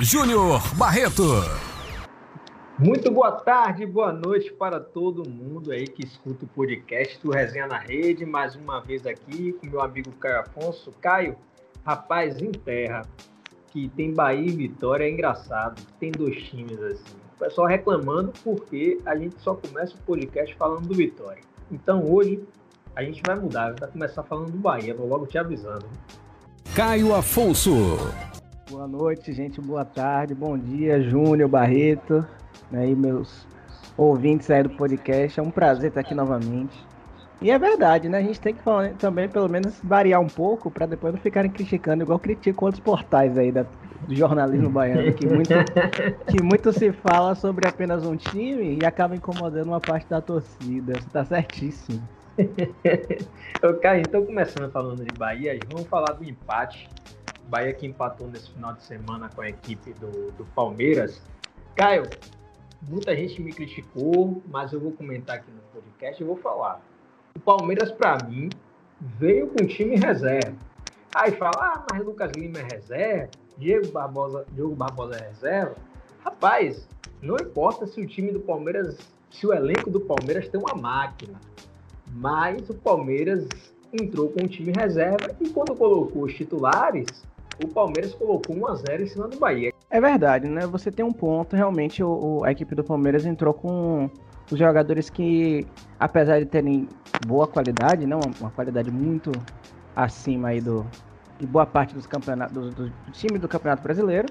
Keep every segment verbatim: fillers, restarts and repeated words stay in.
Júnior Barreto. Muito boa tarde, boa noite para todo mundo aí que escuta o podcast do Resenha na Rede. Mais uma vez aqui com meu amigo Caio Afonso. Caio, rapaz, em terra, que tem Bahia e Vitória, é engraçado. Tem dois times assim. O pessoal reclamando porque a gente só começa o podcast falando do Vitória. Então hoje a gente vai mudar, vai começar falando do Bahia. Vou logo te avisando. Caio Afonso. Boa noite, gente. Boa tarde. Bom dia, Júnior Barreto. Né, e meus ouvintes aí do podcast. É um prazer estar aqui novamente. E é verdade, né? A gente tem que falar, também, pelo menos, variar um pouco para depois não ficarem criticando, igual criticam outros portais aí da, do jornalismo baiano, que muito, que muito se fala sobre apenas um time e acaba incomodando uma parte da torcida. Você tá certíssimo. Ô, Caio, então começando falando de Bahia, vamos falar do empate. Bahia que empatou nesse final de semana com a equipe do, do Palmeiras. Caio, muita gente me criticou, mas eu vou comentar aqui no podcast e vou falar. O Palmeiras, para mim, veio com time reserva. Aí fala, ah, mas Lucas Lima é reserva, Diego Barbosa, Diogo Barbosa é reserva. Rapaz, não importa se o time do Palmeiras, se o elenco do Palmeiras tem uma máquina, mas o Palmeiras entrou com o time reserva e quando colocou os titulares, o Palmeiras colocou um a zero em cima do Bahia. É verdade, né? Você tem um ponto, realmente o, o, a equipe do Palmeiras entrou com os jogadores que, apesar de terem boa qualidade, né? uma, uma qualidade muito acima aí do, de boa parte dos campeonatos, do, do, do time do Campeonato Brasileiro,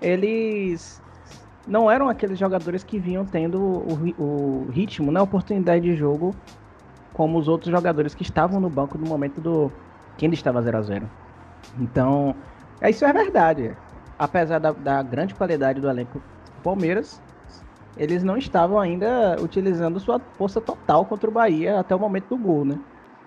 eles não eram aqueles jogadores que vinham tendo o, o ritmo, né? A oportunidade de jogo como os outros jogadores que estavam no banco no momento do que ainda estava zero a zero. Então, isso é verdade. Apesar da, da grande qualidade do elenco do Palmeiras, eles não estavam ainda utilizando sua força total contra o Bahia até o momento do gol, né?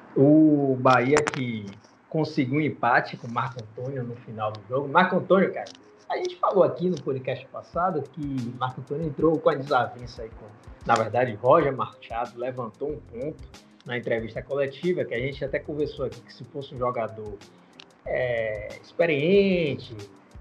O Bahia que conseguiu um empate com o Marco Antônio no final do jogo. Marco Antônio, cara, a gente falou aqui no podcast passado que Marco Antônio entrou com a desavença aí com, na verdade, Roger Machado levantou um ponto na entrevista coletiva, que a gente até conversou aqui, que se fosse um jogador é, experiente,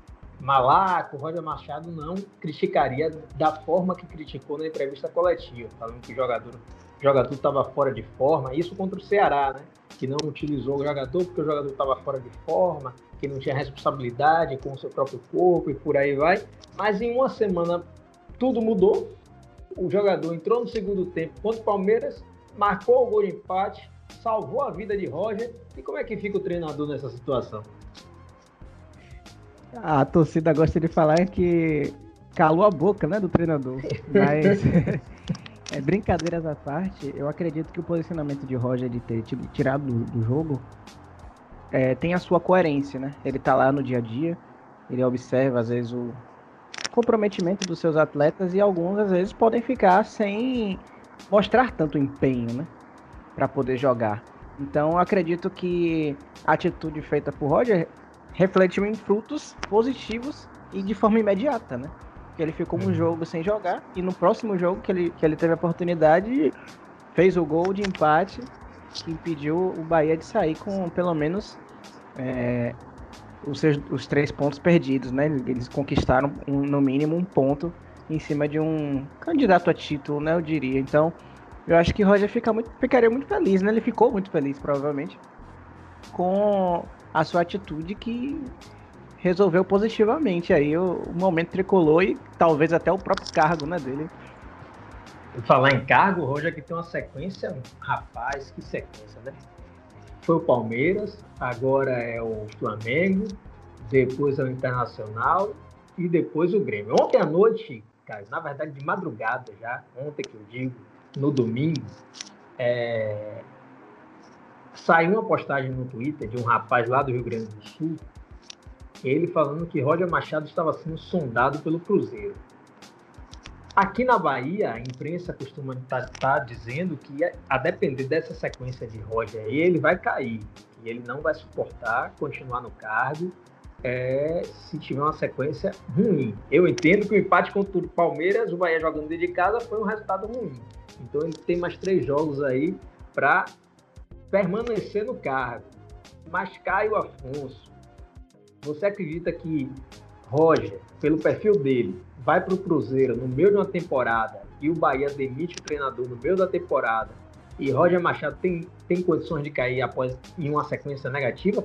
malaco, Roger Machado não criticaria da forma que criticou na entrevista coletiva, falando que o jogador jogador estava fora de forma, isso contra o Ceará, né? Que não utilizou o jogador porque o jogador estava fora de forma, que não tinha responsabilidade com o seu próprio corpo e por aí vai. Mas em uma semana tudo mudou, o jogador entrou no segundo tempo contra o Palmeiras, marcou o gol de empate, salvou a vida de Roger. E como é que fica o treinador nessa situação? A torcida gosta de falar que calou a boca, né, do treinador. Mas, é, brincadeiras à parte, eu acredito que o posicionamento de Roger de ter tirado do, do jogo é, tem a sua coerência, né? Ele tá lá no dia a dia, ele observa, às vezes, o comprometimento dos seus atletas e alguns, às vezes, podem ficar sem mostrar tanto empenho, né, para poder jogar. Então, eu acredito que a atitude feita por Roger refletiu em frutos positivos e de forma imediata, né? Porque ele ficou um jogo sem jogar e no próximo jogo que ele, que ele teve a oportunidade, fez o gol de empate que impediu o Bahia de sair com pelo menos é, os, seus, os três pontos perdidos, né? Eles conquistaram um, no mínimo um ponto em cima de um candidato a título, né? Eu diria. Então, eu acho que o Roger fica muito, ficaria muito feliz, né? Ele ficou muito feliz, provavelmente, com a sua atitude que resolveu positivamente aí o, o momento tricolor e talvez até o próprio cargo, né, dele. Falar em cargo, o Roger que tem uma sequência, rapaz, que sequência, né? Foi o Palmeiras, agora é o Flamengo, depois é o Internacional e depois o Grêmio. Ontem à noite, cara, na verdade de madrugada já, ontem que eu digo, no domingo, é... saiu uma postagem no Twitter de um rapaz lá do Rio Grande do Sul, ele falando que Roger Machado estava sendo sondado pelo Cruzeiro. Aqui na Bahia, a imprensa costuma estar tá, tá dizendo que a depender dessa sequência de Roger aí, ele vai cair, e ele não vai suportar continuar no cargo é, se tiver uma sequência ruim. Eu entendo que o empate contra o Palmeiras, o Bahia jogando dentro de casa, foi um resultado ruim. Então ele tem mais três jogos aí para permanecer no cargo. Mas Caio Afonso, você acredita que Roger, pelo perfil dele, vai para o Cruzeiro no meio de uma temporada e o Bahia demite o treinador no meio da temporada e Roger Machado tem, tem condições de cair após em uma sequência negativa?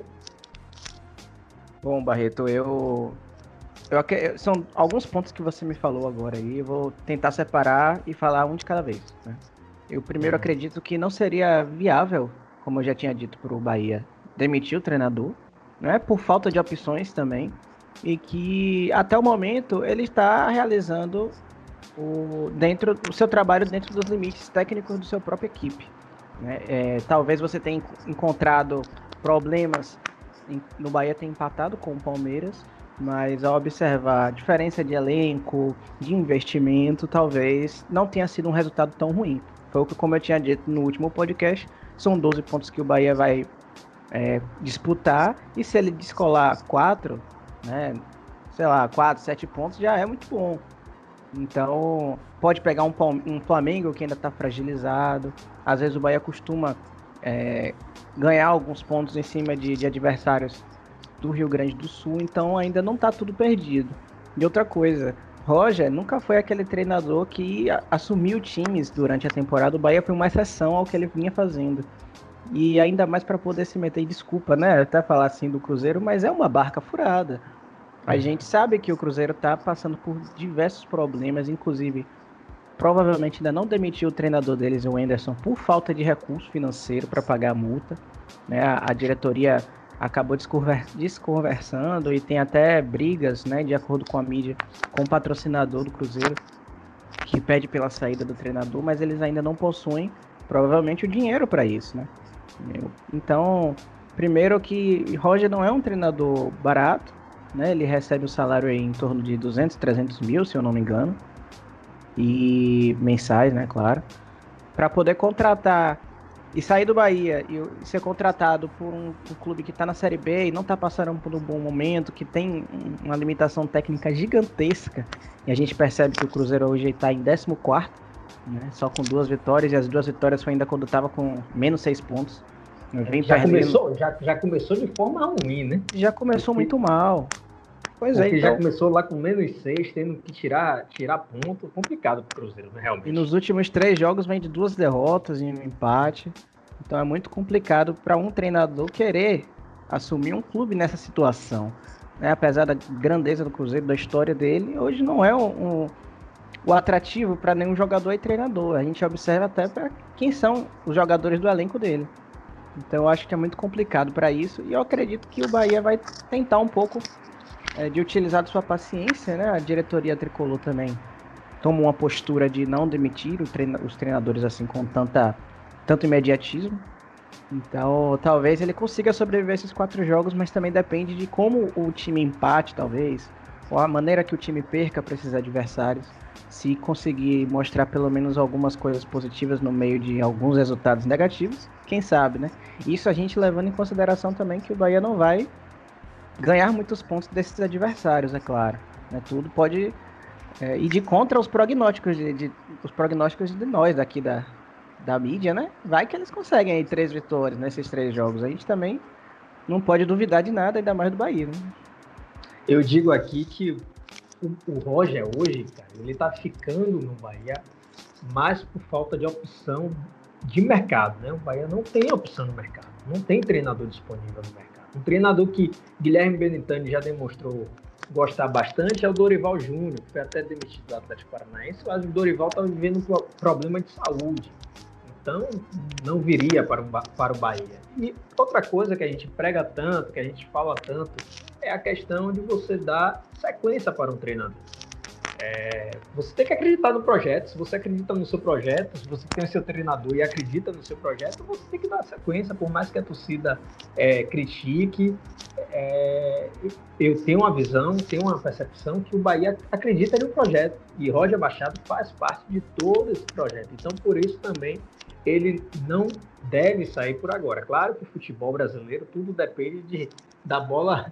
Bom, Barreto, eu, eu são alguns pontos que você me falou agora aí, eu vou tentar separar e falar um de cada vez, né? Eu primeiro uhum. acredito que não seria viável, como eu já tinha dito para o Bahia, demitir o treinador, né, por falta de opções também, e que até o momento ele está realizando o, dentro, o seu trabalho dentro dos limites técnicos do seu própria equipe, né? É, talvez você tenha encontrado problemas em, no Bahia, ter empatado com o Palmeiras, mas ao observar a diferença de elenco, de investimento, talvez não tenha sido um resultado tão ruim. Foi o que, como eu tinha dito no último podcast, são doze pontos que o Bahia vai é, disputar, e se ele descolar quatro, né, sei lá, quatro, sete pontos, já é muito bom. Então, pode pegar um, um Flamengo que ainda está fragilizado. Às vezes o Bahia costuma é, ganhar alguns pontos em cima de, de adversários do Rio Grande do Sul, então ainda não está tudo perdido. E outra coisa, Roger nunca foi aquele treinador que assumiu times durante a temporada. O Bahia foi uma exceção ao que ele vinha fazendo. E ainda mais para poder se meter, e desculpa, né, até falar assim do Cruzeiro, mas é uma barca furada. A gente sabe que o Cruzeiro está passando por diversos problemas, inclusive provavelmente ainda não demitiu o treinador deles, o Anderson, por falta de recurso financeiro para pagar a multa, né? A, a diretoria acabou desconversando e tem até brigas, né, de acordo com a mídia, com o patrocinador do Cruzeiro, que pede pela saída do treinador, mas eles ainda não possuem provavelmente o dinheiro para isso, né? Então, primeiro que Roger não é um treinador barato, né? Ele recebe o salário aí em torno de duzentos, trezentos mil, se eu não me engano, e mensais, né, claro, para poder contratar e sair do Bahia e ser contratado por um, um clube que está na Série B e não está passando por um bom momento, que tem uma limitação técnica gigantesca, e a gente percebe que o Cruzeiro hoje está em décimo quarto, né, só com duas vitórias, e as duas vitórias foi ainda quando estava com menos seis pontos. Vem já, começou, já, já começou de forma ruim, né? Já começou Porque... muito mal. Pois Porque é, então... já começou lá com menos seis, tendo que tirar, tirar ponto, complicado pro Cruzeiro, né, realmente. E nos últimos três jogos vem de duas derrotas e um empate. Então é muito complicado para um treinador querer assumir um clube nessa situação, né? Apesar da grandeza do Cruzeiro, da história dele, hoje não é um, um, o atrativo para nenhum jogador e treinador. A gente observa até para quem são os jogadores do elenco dele. Então eu acho que é muito complicado para isso, e eu acredito que o Bahia vai tentar um pouco é, de utilizar de sua paciência, né? A diretoria tricolor também toma uma postura de não demitir treina- os treinadores assim com tanta, tanto imediatismo. Então talvez ele consiga sobreviver esses quatro jogos, mas também depende de como o time empate, talvez, ou a maneira que o time perca para esses adversários. Se conseguir mostrar pelo menos algumas coisas positivas no meio de alguns resultados negativos, quem sabe, né? Isso a gente levando em consideração também que o Bahia não vai ganhar muitos pontos desses adversários, é claro, né? Tudo pode é, ir de contra os prognósticos de, de, os prognósticos de nós daqui da, da mídia, né? Vai que eles conseguem aí três vitórias nesses três jogos. A gente também não pode duvidar de nada, ainda mais do Bahia, né? Eu digo aqui que O, o Roger hoje, cara, ele tá ficando no Bahia mais por falta de opção de mercado, né? O Bahia não tem opção no mercado, não tem treinador disponível no mercado. Um treinador que Guilherme Benintani já demonstrou gostar bastante é o Dorival Júnior, que foi até demitido do Atlético Paranaense, mas o Dorival tá vivendo um problema de saúde, então não viria para, um, para o Bahia. E outra coisa que a gente prega tanto, que a gente fala tanto, é a questão de você dar sequência para um treinador. É, você tem que acreditar no projeto. Se você acredita no seu projeto, se você tem o seu treinador e acredita no seu projeto, você tem que dar sequência, por mais que a torcida é, critique. É, eu tenho uma visão, tenho uma percepção que o Bahia acredita no projeto, e Roger Machado faz parte de todo esse projeto. Então, por isso também, ele não deve sair por agora. Claro que o futebol brasileiro, tudo depende de, da bola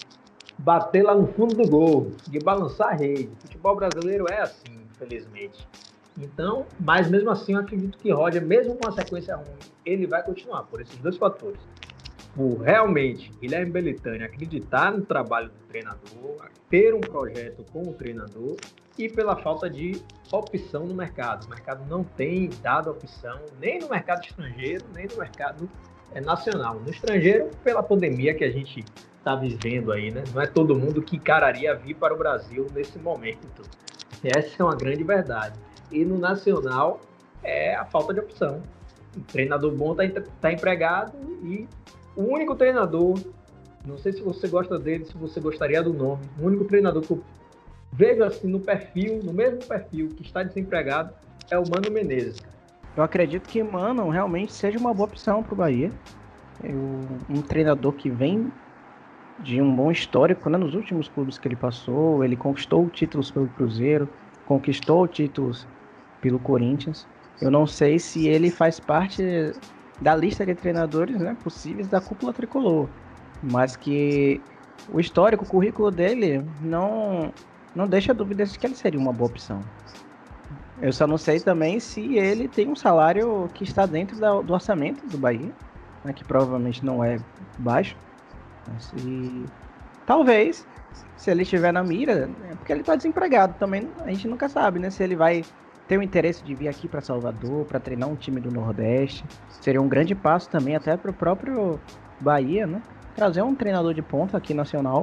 bater lá no fundo do gol, de balançar a rede. O futebol brasileiro é assim, infelizmente. Então, mas mesmo assim, eu acredito que Roger, mesmo com a sequência ruim, ele vai continuar, por esses dois fatores. por realmente Guilherme Belitani acreditar no trabalho do treinador, ter um projeto com o treinador e pela falta de opção no mercado. O mercado não tem dado opção nem no mercado estrangeiro, nem no mercado é, nacional. No estrangeiro, pela pandemia que a gente está vivendo aí, né? Não é todo mundo que encararia vir para o Brasil nesse momento. Essa é uma grande verdade. E no nacional é a falta de opção. O treinador bom está tá empregado e o único treinador, não sei se você gosta dele, se você gostaria do nome, o único treinador que eu vejo assim no perfil, no mesmo perfil que está desempregado, é o Mano Menezes. Eu acredito que Mano realmente seja uma boa opção para o Bahia. Eu, um treinador que vem de um bom histórico, né? Nos últimos clubes que ele passou, ele conquistou títulos pelo Cruzeiro, conquistou títulos pelo Corinthians. Eu não sei se ele faz parte da lista de treinadores, né, possíveis da cúpula tricolor, mas que o histórico, o currículo dele não, não deixa dúvidas de que ele seria uma boa opção. Eu só não sei também se ele tem um salário que está dentro da, do orçamento do Bahia, né, que provavelmente não é baixo. Mas, e, talvez, se ele estiver na mira, é porque ele está desempregado também, a gente nunca sabe, né, se ele vai ter o interesse de vir aqui para Salvador, para treinar um time do Nordeste. Seria um grande passo também até para o próprio Bahia, né? Trazer um treinador de ponta aqui nacional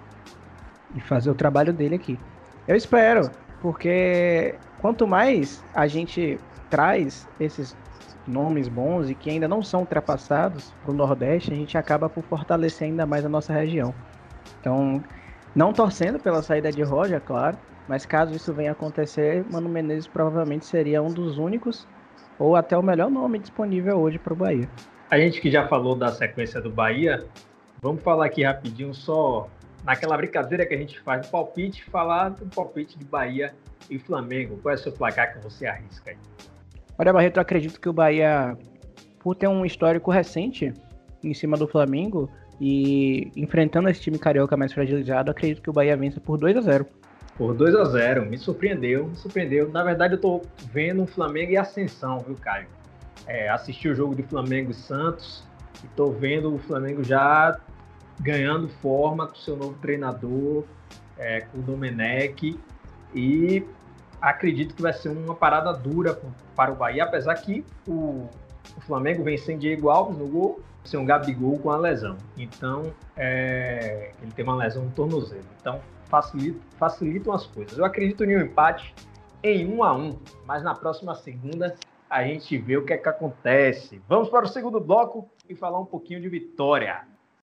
e fazer o trabalho dele aqui. Eu espero, porque quanto mais a gente traz esses nomes bons e que ainda não são ultrapassados para o Nordeste, a gente acaba por fortalecer ainda mais a nossa região. Então, não torcendo pela saída de Roger, claro, mas caso isso venha a acontecer, Mano Menezes provavelmente seria um dos únicos ou até o melhor nome disponível hoje para o Bahia. A gente que já falou da sequência do Bahia, vamos falar aqui rapidinho só naquela brincadeira que a gente faz do palpite, falar do palpite de Bahia e Flamengo. Qual é o seu placar que você arrisca aí? Olha, Barreto, eu acredito que o Bahia, por ter um histórico recente em cima do Flamengo e enfrentando esse time carioca mais fragilizado, acredito que o Bahia vença por dois a zero. Por dois a zero, me surpreendeu, me surpreendeu. Na verdade, eu tô vendo um Flamengo e Ascensão, viu, Caio? É, assisti o jogo de Flamengo e Santos e tô vendo o Flamengo já ganhando forma com seu novo treinador, é, com o Domenech, e acredito que vai ser uma parada dura para o Bahia, apesar que o, o Flamengo vem sem Diego Alves no gol, sem um Gabigol com a lesão. Então, é, ele tem uma lesão no tornozelo. Então, Facilita, facilitam as coisas. Eu acredito em um empate em um a um, mas na próxima segunda a gente vê o que é que acontece. Vamos para o segundo bloco e falar um pouquinho de Vitória.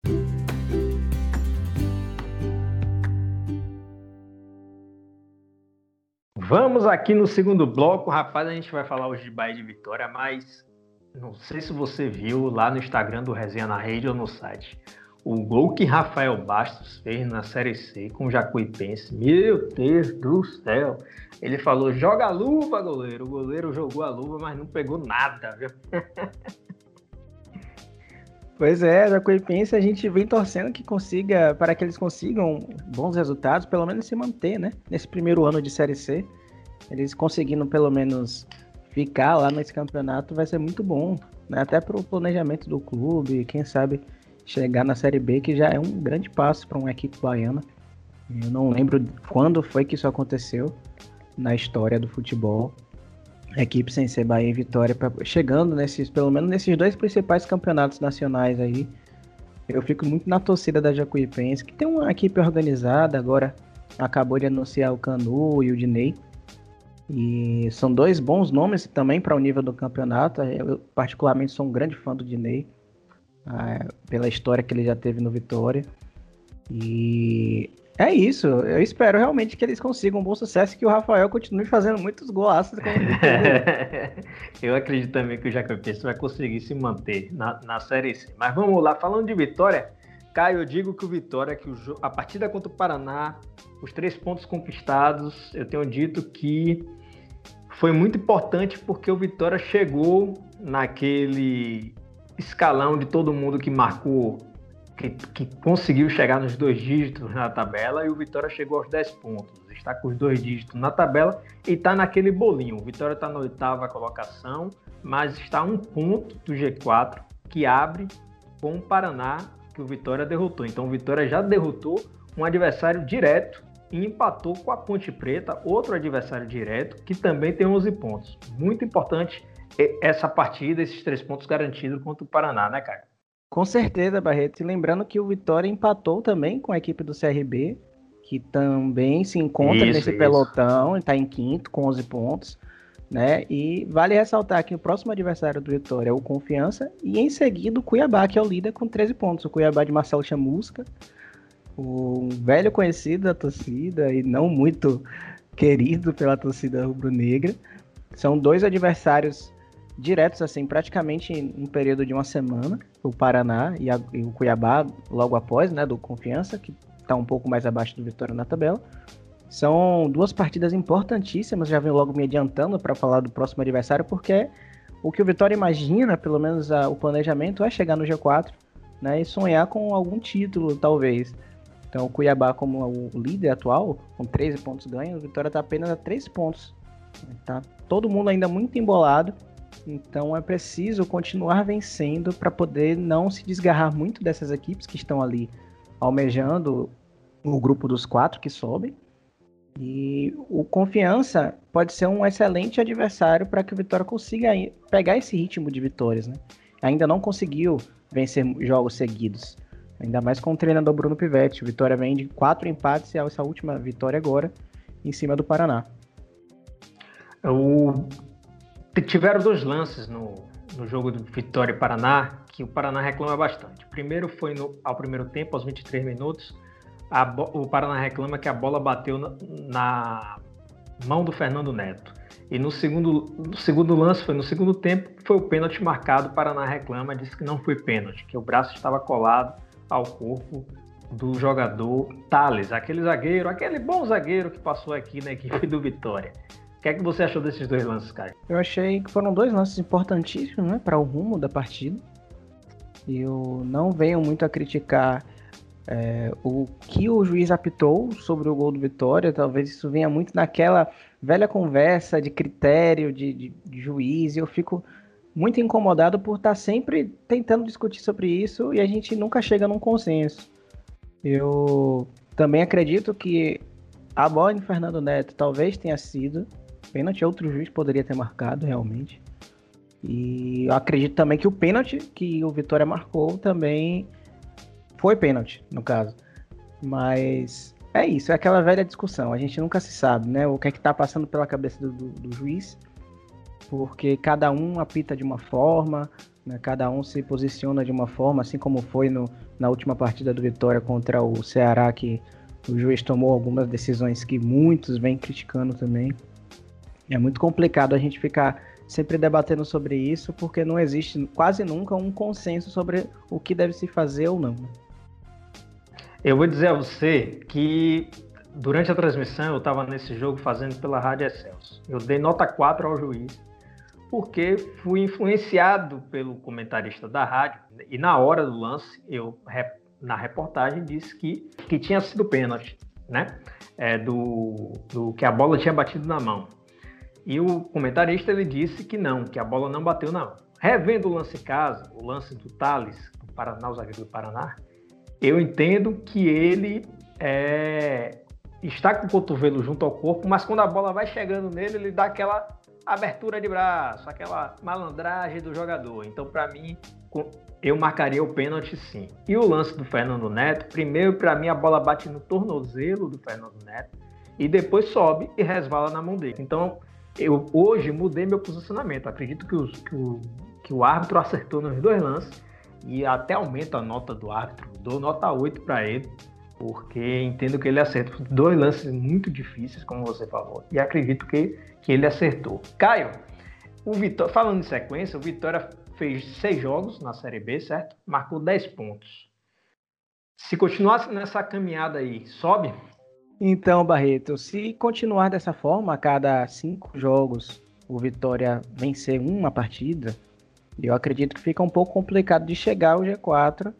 Vamos aqui no segundo bloco, rapaz, a gente vai falar hoje de Bahia e de Vitória, mas não sei se você viu lá no Instagram do Resenha na Rede ou no site. O gol que Rafael Bastos fez na Série C com o Jacuipense, meu Deus do céu. Ele falou, joga a luva, goleiro. O goleiro jogou a luva, mas não pegou nada, viu? Pois é, Jacuipense a gente vem torcendo que consiga, para que eles consigam bons resultados, pelo menos se manter, né? Nesse primeiro ano de Série C, eles conseguindo pelo menos ficar lá nesse campeonato vai ser muito bom, né? Até para o planejamento do clube, quem sabe chegar na Série B, que já é um grande passo para uma equipe baiana. Eu não lembro quando foi que isso aconteceu na história do futebol. A equipe sem ser Bahia e Vitória, pra, chegando nesses, pelo menos nesses dois principais campeonatos nacionais aí. Eu fico muito na torcida da Jacuipense, que tem uma equipe organizada, agora acabou de anunciar o Canu e o Dinei. E são dois bons nomes também para o nível do campeonato. Eu particularmente sou um grande fã do Dinei, ah, pela história que ele já teve no Vitória. E é isso, eu espero realmente que eles consigam um bom sucesso e que o Rafael continue fazendo muitos golaços. Como eu acredito também que o Jacuipense vai conseguir se manter na, na Série C. Mas vamos lá, falando de Vitória, Caio, eu digo que o Vitória, que o, a partida contra o Paraná, os três pontos conquistados, eu tenho dito que foi muito importante porque o Vitória chegou naquele escalão de todo mundo que marcou, que, que conseguiu chegar nos dois dígitos na tabela, e o Vitória chegou aos dez pontos, está com os dois dígitos na tabela e está naquele bolinho. O Vitória está na oitava colocação, mas está a um ponto do G quatro, que abre com o Paraná, que o Vitória derrotou. Então o Vitória já derrotou um adversário direto e empatou com a Ponte Preta, outro adversário direto, que também tem onze pontos. Muito importante essa partida, esses três pontos garantidos contra o Paraná, né, Caio? Com certeza, Barreto. E lembrando que o Vitória empatou também com a equipe do C R B, que também se encontra isso, nesse isso. pelotão, está em quinto com onze pontos, né? E vale ressaltar que o próximo adversário do Vitória é o Confiança e em seguida o Cuiabá, que é o líder com treze pontos. O Cuiabá de Marcelo Chamusca, o velho conhecido da torcida e não muito querido pela torcida rubro-negra. São dois adversários diretos, assim, praticamente em um período de uma semana, o Paraná e, a, e o Cuiabá logo após, né, do Confiança, que está um pouco mais abaixo do Vitória na tabela. São duas partidas importantíssimas, já venho logo me adiantando para falar do próximo adversário, porque o que o Vitória imagina, pelo menos a, o planejamento, é chegar no G quatro, né, e sonhar com algum título, talvez. Então o Cuiabá, como o líder atual, com treze pontos ganhos, o Vitória está apenas a três pontos. Tá todo mundo ainda muito embolado, então é preciso continuar vencendo para poder não se desgarrar muito dessas equipes que estão ali almejando o grupo dos quatro que sobem. E o Confiança pode ser um excelente adversário para que o Vitória consiga pegar esse ritmo de vitórias, né? Ainda não conseguiu vencer jogos seguidos, ainda mais com o treinador Bruno Pivetti. O Vitória vem de quatro empates e essa última vitória agora em cima do Paraná. O... Tiveram dois lances no, no jogo do Vitória e Paraná que o Paraná reclama bastante. Primeiro foi no, ao primeiro tempo, aos vinte e três minutos, a bo... o Paraná reclama que a bola bateu na, na mão do Fernando Neto. E no segundo, no segundo lance, foi no segundo tempo, foi o pênalti marcado. O Paraná reclama, disse que não foi pênalti, que o braço estava colado ao corpo do jogador Thales, aquele zagueiro, aquele bom zagueiro que passou aqui na equipe do Vitória. O que é que você achou desses dois lances, Caio? Eu achei que foram dois lances importantíssimos, né, para o rumo da partida. Eu não venho muito a criticar é, o que o juiz apitou sobre o gol do Vitória. Talvez isso venha muito naquela velha conversa de critério de, de, de juiz. E eu fico muito incomodado por estar sempre tentando discutir sobre isso e a gente nunca chega num consenso. Eu também acredito que a bola de Fernando Neto talvez tenha sido pênalti, outro juiz poderia ter marcado realmente. E eu acredito também que o pênalti que o Vitória marcou também foi pênalti, no caso. Mas é isso, é aquela velha discussão. A gente nunca se sabe, né? O que é que tá passando pela cabeça do, do, do juiz, porque cada um apita de uma forma, né? Cada um se posiciona de uma forma, assim como foi no, na última partida do Vitória contra o Ceará, que o juiz tomou algumas decisões que muitos vêm criticando também. É muito complicado a gente ficar sempre debatendo sobre isso, porque não existe quase nunca um consenso sobre o que deve se fazer ou não. Eu vou dizer a você que durante a transmissão eu estava nesse jogo fazendo pela Rádio Excelsior. Eu dei nota quatro ao juiz, porque fui influenciado pelo comentarista da rádio, e na hora do lance, eu na reportagem disse que, que tinha sido pênalti, né? É, do, do que a bola tinha batido na mão. E o comentarista ele disse que não, que a bola não bateu na mão. Revendo o lance em casa, o lance do Thales, do Paraná, o zagueiro do Paraná, eu entendo que ele é, está com o cotovelo junto ao corpo, mas quando a bola vai chegando nele, ele dá aquela abertura de braço, aquela malandragem do jogador. Então, para mim, eu marcaria o pênalti sim. E o lance do Fernando Neto, primeiro, para mim, a bola bate no tornozelo do Fernando Neto e depois sobe e resvala na mão dele. Então, eu hoje mudei meu posicionamento. Acredito que, os, que, o, que o árbitro acertou nos dois lances e até aumento a nota do árbitro. Dou nota oito para ele, porque entendo que ele acertou. Dois lances muito difíceis, como você falou, e acredito que, que ele acertou. Caio, o Vitória, falando em sequência, o Vitória fez seis jogos na Série B, certo? Marcou dez pontos. Se continuasse nessa caminhada aí, sobe? Então, Barreto, se continuar dessa forma, a cada cinco jogos o Vitória vencer uma partida, eu acredito que fica um pouco complicado de chegar ao G quatro,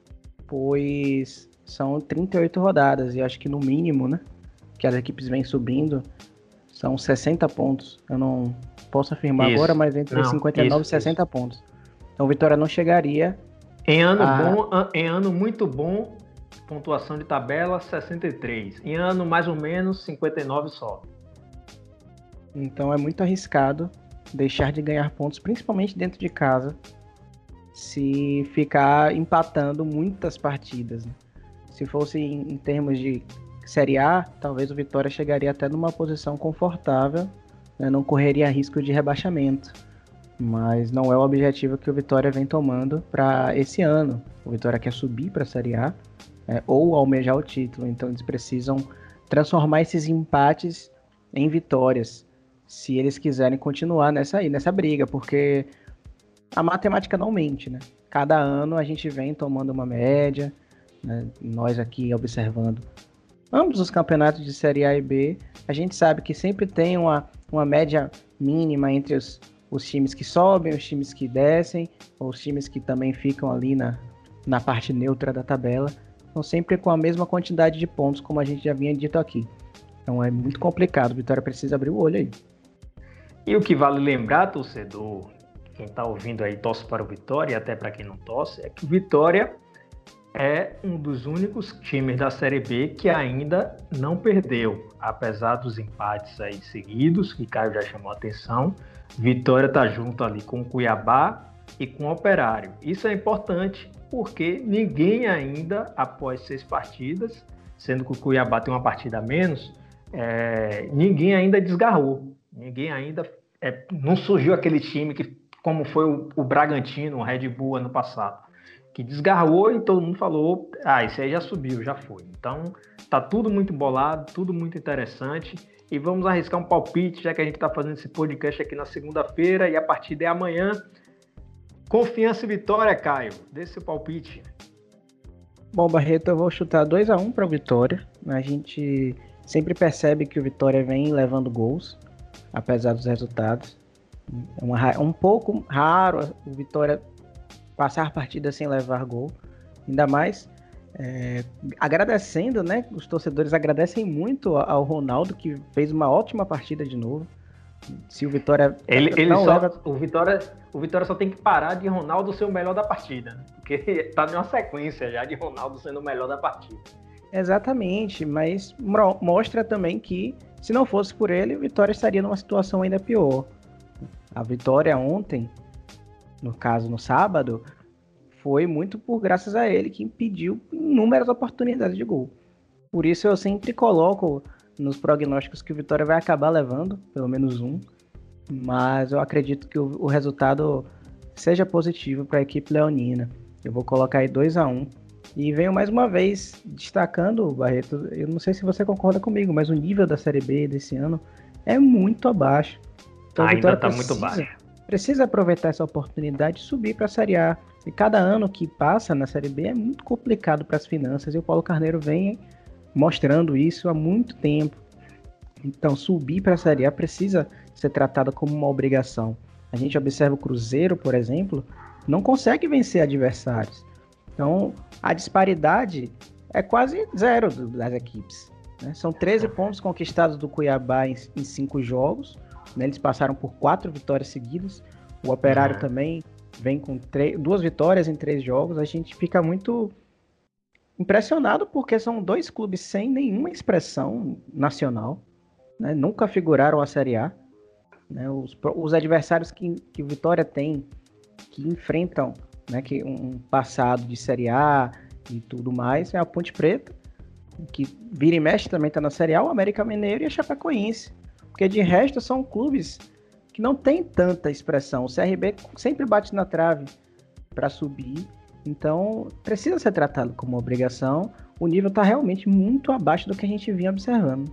pois são trinta e oito rodadas, e eu acho que no mínimo, né, que as equipes vêm subindo, são sessenta pontos. Eu não posso afirmar isso agora, mas entre não, cinquenta e nove e sessenta isso. pontos. Então o Vitória não chegaria Em ano Ah, bom, em ano muito bom, pontuação de tabela sessenta e três. Em ano mais ou menos cinquenta e nove só. então é muito arriscado deixar de ganhar pontos, principalmente dentro de casa, se ficar empatando muitas partidas, né? Se fosse em, em termos de Série A, talvez o Vitória chegaria até numa posição confortável, né? Não correria risco de rebaixamento. Mas não é o objetivo que o Vitória vem tomando para esse ano. O Vitória quer subir para a Série A, né, ou almejar o título. Então eles precisam transformar esses empates em vitórias, se eles quiserem continuar nessa, aí, nessa briga, porque a matemática não mente, né? Cada ano a gente vem tomando uma média, né? Nós aqui observando ambos os campeonatos de Série A e B, a gente sabe que sempre tem uma, uma média mínima entre os, os times que sobem, os times que descem, ou os times que também ficam ali na, na parte neutra da tabela, então sempre com a mesma quantidade de pontos, como a gente já vinha dito aqui. Então é muito complicado, o Vitória precisa abrir o olho aí. E o que vale lembrar, torcedor, quem está ouvindo aí torce para o Vitória, e até para quem não torce, é que o Vitória é um dos únicos times da Série B que ainda não perdeu, apesar dos empates aí seguidos, que Caio já chamou a atenção. Vitória está junto ali com o Cuiabá e com o Operário. Isso é importante porque ninguém ainda, após seis partidas, sendo que o Cuiabá tem uma partida a menos, é, ninguém ainda desgarrou. Ninguém ainda... É, não surgiu aquele time que, como foi o, o Bragantino, o Red Bull ano passado, que desgarrou e todo mundo falou, ah, esse aí já subiu, já foi. Então, tá tudo muito bolado, tudo muito interessante. E vamos arriscar um palpite, já que a gente está fazendo esse podcast aqui na segunda-feira e a partida é amanhã. Confiança e Vitória, Caio. Dê seu palpite. Bom, Barreto, eu vou chutar dois a um para o Vitória. A gente sempre percebe que o Vitória vem levando gols, apesar dos resultados. É uma, um pouco raro o Vitória passar partida sem levar gol. Ainda mais é, agradecendo, né? Os torcedores agradecem muito ao Ronaldo, que fez uma ótima partida de novo. Se o Vitória ele, ele não só, leva... o Vitória o Vitória só tem que parar de Ronaldo ser o melhor da partida, né? Porque tá numa sequência já de Ronaldo sendo o melhor da partida. Exatamente, mas mostra também que se não fosse por ele, o Vitória estaria numa situação ainda pior. A vitória ontem, no caso no sábado, foi muito por graças a ele, que impediu inúmeras oportunidades de gol. Por isso eu sempre coloco nos prognósticos que o Vitória vai acabar levando, pelo menos um, mas eu acredito que o, o resultado seja positivo para a equipe leonina. Eu vou colocar aí dois a um. E venho mais uma vez destacando, Barreto, eu não sei se você concorda comigo, mas o nível da Série B desse ano é muito abaixo. Então, ainda está muito baixo. Precisa aproveitar essa oportunidade de subir para a Série A. E cada ano que passa na Série B é muito complicado para as finanças. E o Paulo Carneiro vem mostrando isso há muito tempo. Então, subir para a Série A precisa ser tratado como uma obrigação. A gente observa o Cruzeiro, por exemplo, não consegue vencer adversários. Então, a disparidade é quase zero das equipes, né? São treze pontos conquistados do Cuiabá em, em cinco jogos. Né? Eles passaram por quatro vitórias seguidas. O Operário uhum. também vem com três, duas vitórias em três jogos. A gente fica muito impressionado porque são dois clubes sem nenhuma expressão nacional, né? Nunca figuraram a Série A. Né? Os, os adversários que, que o Vitória tem, que enfrentam, né, que um passado de Série A e tudo mais, é a Ponte Preta, que vira e mexe também está na Série A, o América Mineiro e a Chapecoense. Porque de resto são clubes que não tem tanta expressão. O C R B sempre bate na trave para subir, então precisa ser tratado como obrigação. O nível está realmente muito abaixo do que a gente vinha observando.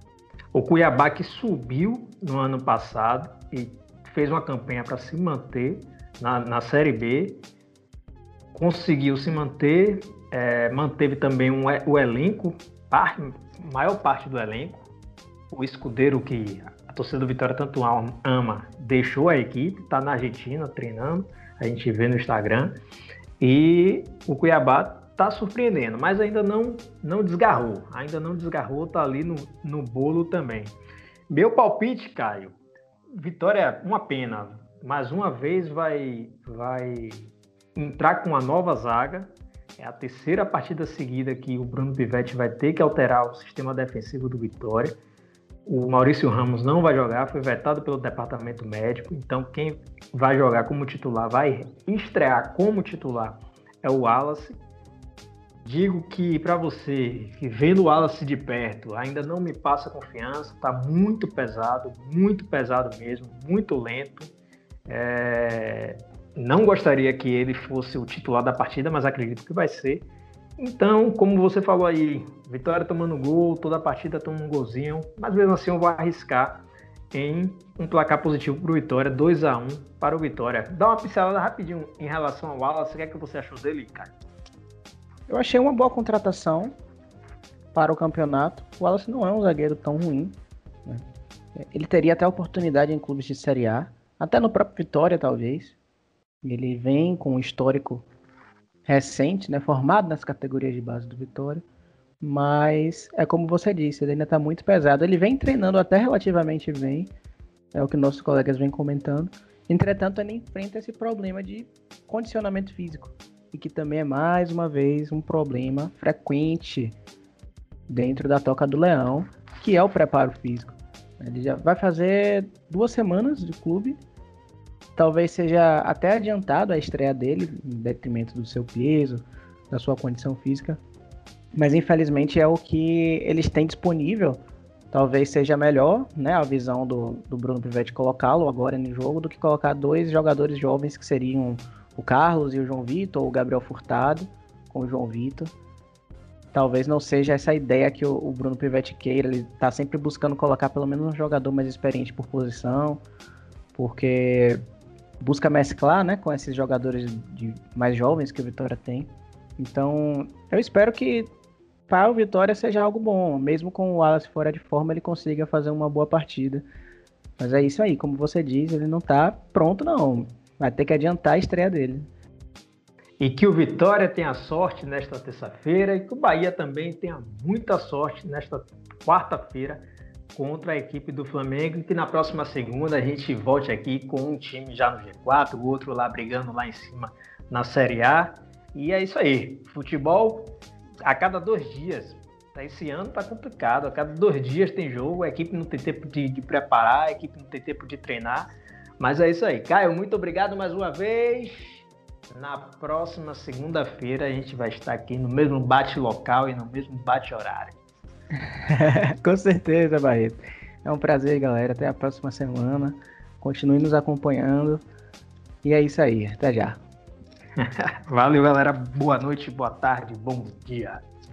O Cuiabá que subiu no ano passado e fez uma campanha para se manter na, na Série B, conseguiu se manter, é, manteve também um, o elenco, parte, maior parte do elenco. O escudeiro que a torcida do Vitória tanto ama, deixou a equipe, está na Argentina treinando, a gente vê no Instagram. E o Cuiabá está surpreendendo, mas ainda não, não desgarrou, ainda não desgarrou, está ali no, no bolo também. Meu palpite, Caio, Vitória, uma pena, mais uma vez vai, vai entrar com uma nova zaga. É a terceira partida seguida que o Bruno Pivetti vai ter que alterar o sistema defensivo do Vitória. O Maurício Ramos não vai jogar, foi vetado pelo departamento médico. Então quem vai jogar como titular, vai estrear como titular, é o Wallace. Digo que para você, que vendo o Wallace de perto, ainda não me passa confiança, está muito pesado, muito pesado mesmo, muito lento. É... Não gostaria que ele fosse o titular da partida, mas acredito que vai ser. Então, como você falou aí, Vitória tomando gol, toda a partida tomando um golzinho, mas mesmo assim eu vou arriscar em um placar positivo para o Vitória, dois a um para o Vitória. Dá uma pincelada rapidinho em relação ao Wallace, o que é que você achou dele, cara? Eu achei uma boa contratação para o campeonato. O Wallace não é um zagueiro tão ruim, né? Ele teria até oportunidade em clubes de Série A, até no próprio Vitória, talvez. Ele vem com um histórico recente, né, formado nas categorias de base do Vitória, mas é como você disse, ele ainda está muito pesado. Ele vem treinando até relativamente bem, é o que nossos colegas vêm comentando. Entretanto, ele enfrenta esse problema de condicionamento físico, e que também é mais uma vez um problema frequente dentro da Toca do Leão, que é o preparo físico. Ele já vai fazer duas semanas de clube, talvez seja até adiantado a estreia dele, em detrimento do seu peso, da sua condição física, mas infelizmente é o que eles têm disponível. Talvez seja melhor, né, a visão do, do Bruno Pivetti colocá-lo agora no jogo do que colocar dois jogadores jovens que seriam o Carlos e o João Vitor, ou o Gabriel Furtado com o João Vitor. Talvez não seja essa ideia que o, o Bruno Pivetti queira. Ele está sempre buscando colocar pelo menos um jogador mais experiente por posição, porque busca mesclar, né, com esses jogadores de, mais jovens que o Vitória tem. Então, eu espero que para o Vitória seja algo bom. Mesmo com o Wallace fora de forma, ele consiga fazer uma boa partida. Mas é isso aí, como você diz, ele não está pronto não. Vai ter que adiantar a estreia dele. E que o Vitória tenha sorte nesta terça-feira e que o Bahia também tenha muita sorte nesta quarta-feira contra a equipe do Flamengo, e que na próxima segunda a gente volte aqui com um time já no G quatro, o outro lá brigando lá em cima na Série A. E é isso aí, futebol a cada dois dias. Esse ano tá complicado, a cada dois dias tem jogo, a equipe não tem tempo de, de preparar, a equipe não tem tempo de treinar, mas é isso aí. Caio, muito obrigado mais uma vez. Na próxima segunda-feira a gente vai estar aqui no mesmo bate-local e no mesmo bate-horário. Com certeza, Barreto. É um prazer, galera. Até a próxima semana. Continue nos acompanhando. E é isso aí. Até já. Valeu, galera. Boa noite, boa tarde, bom dia.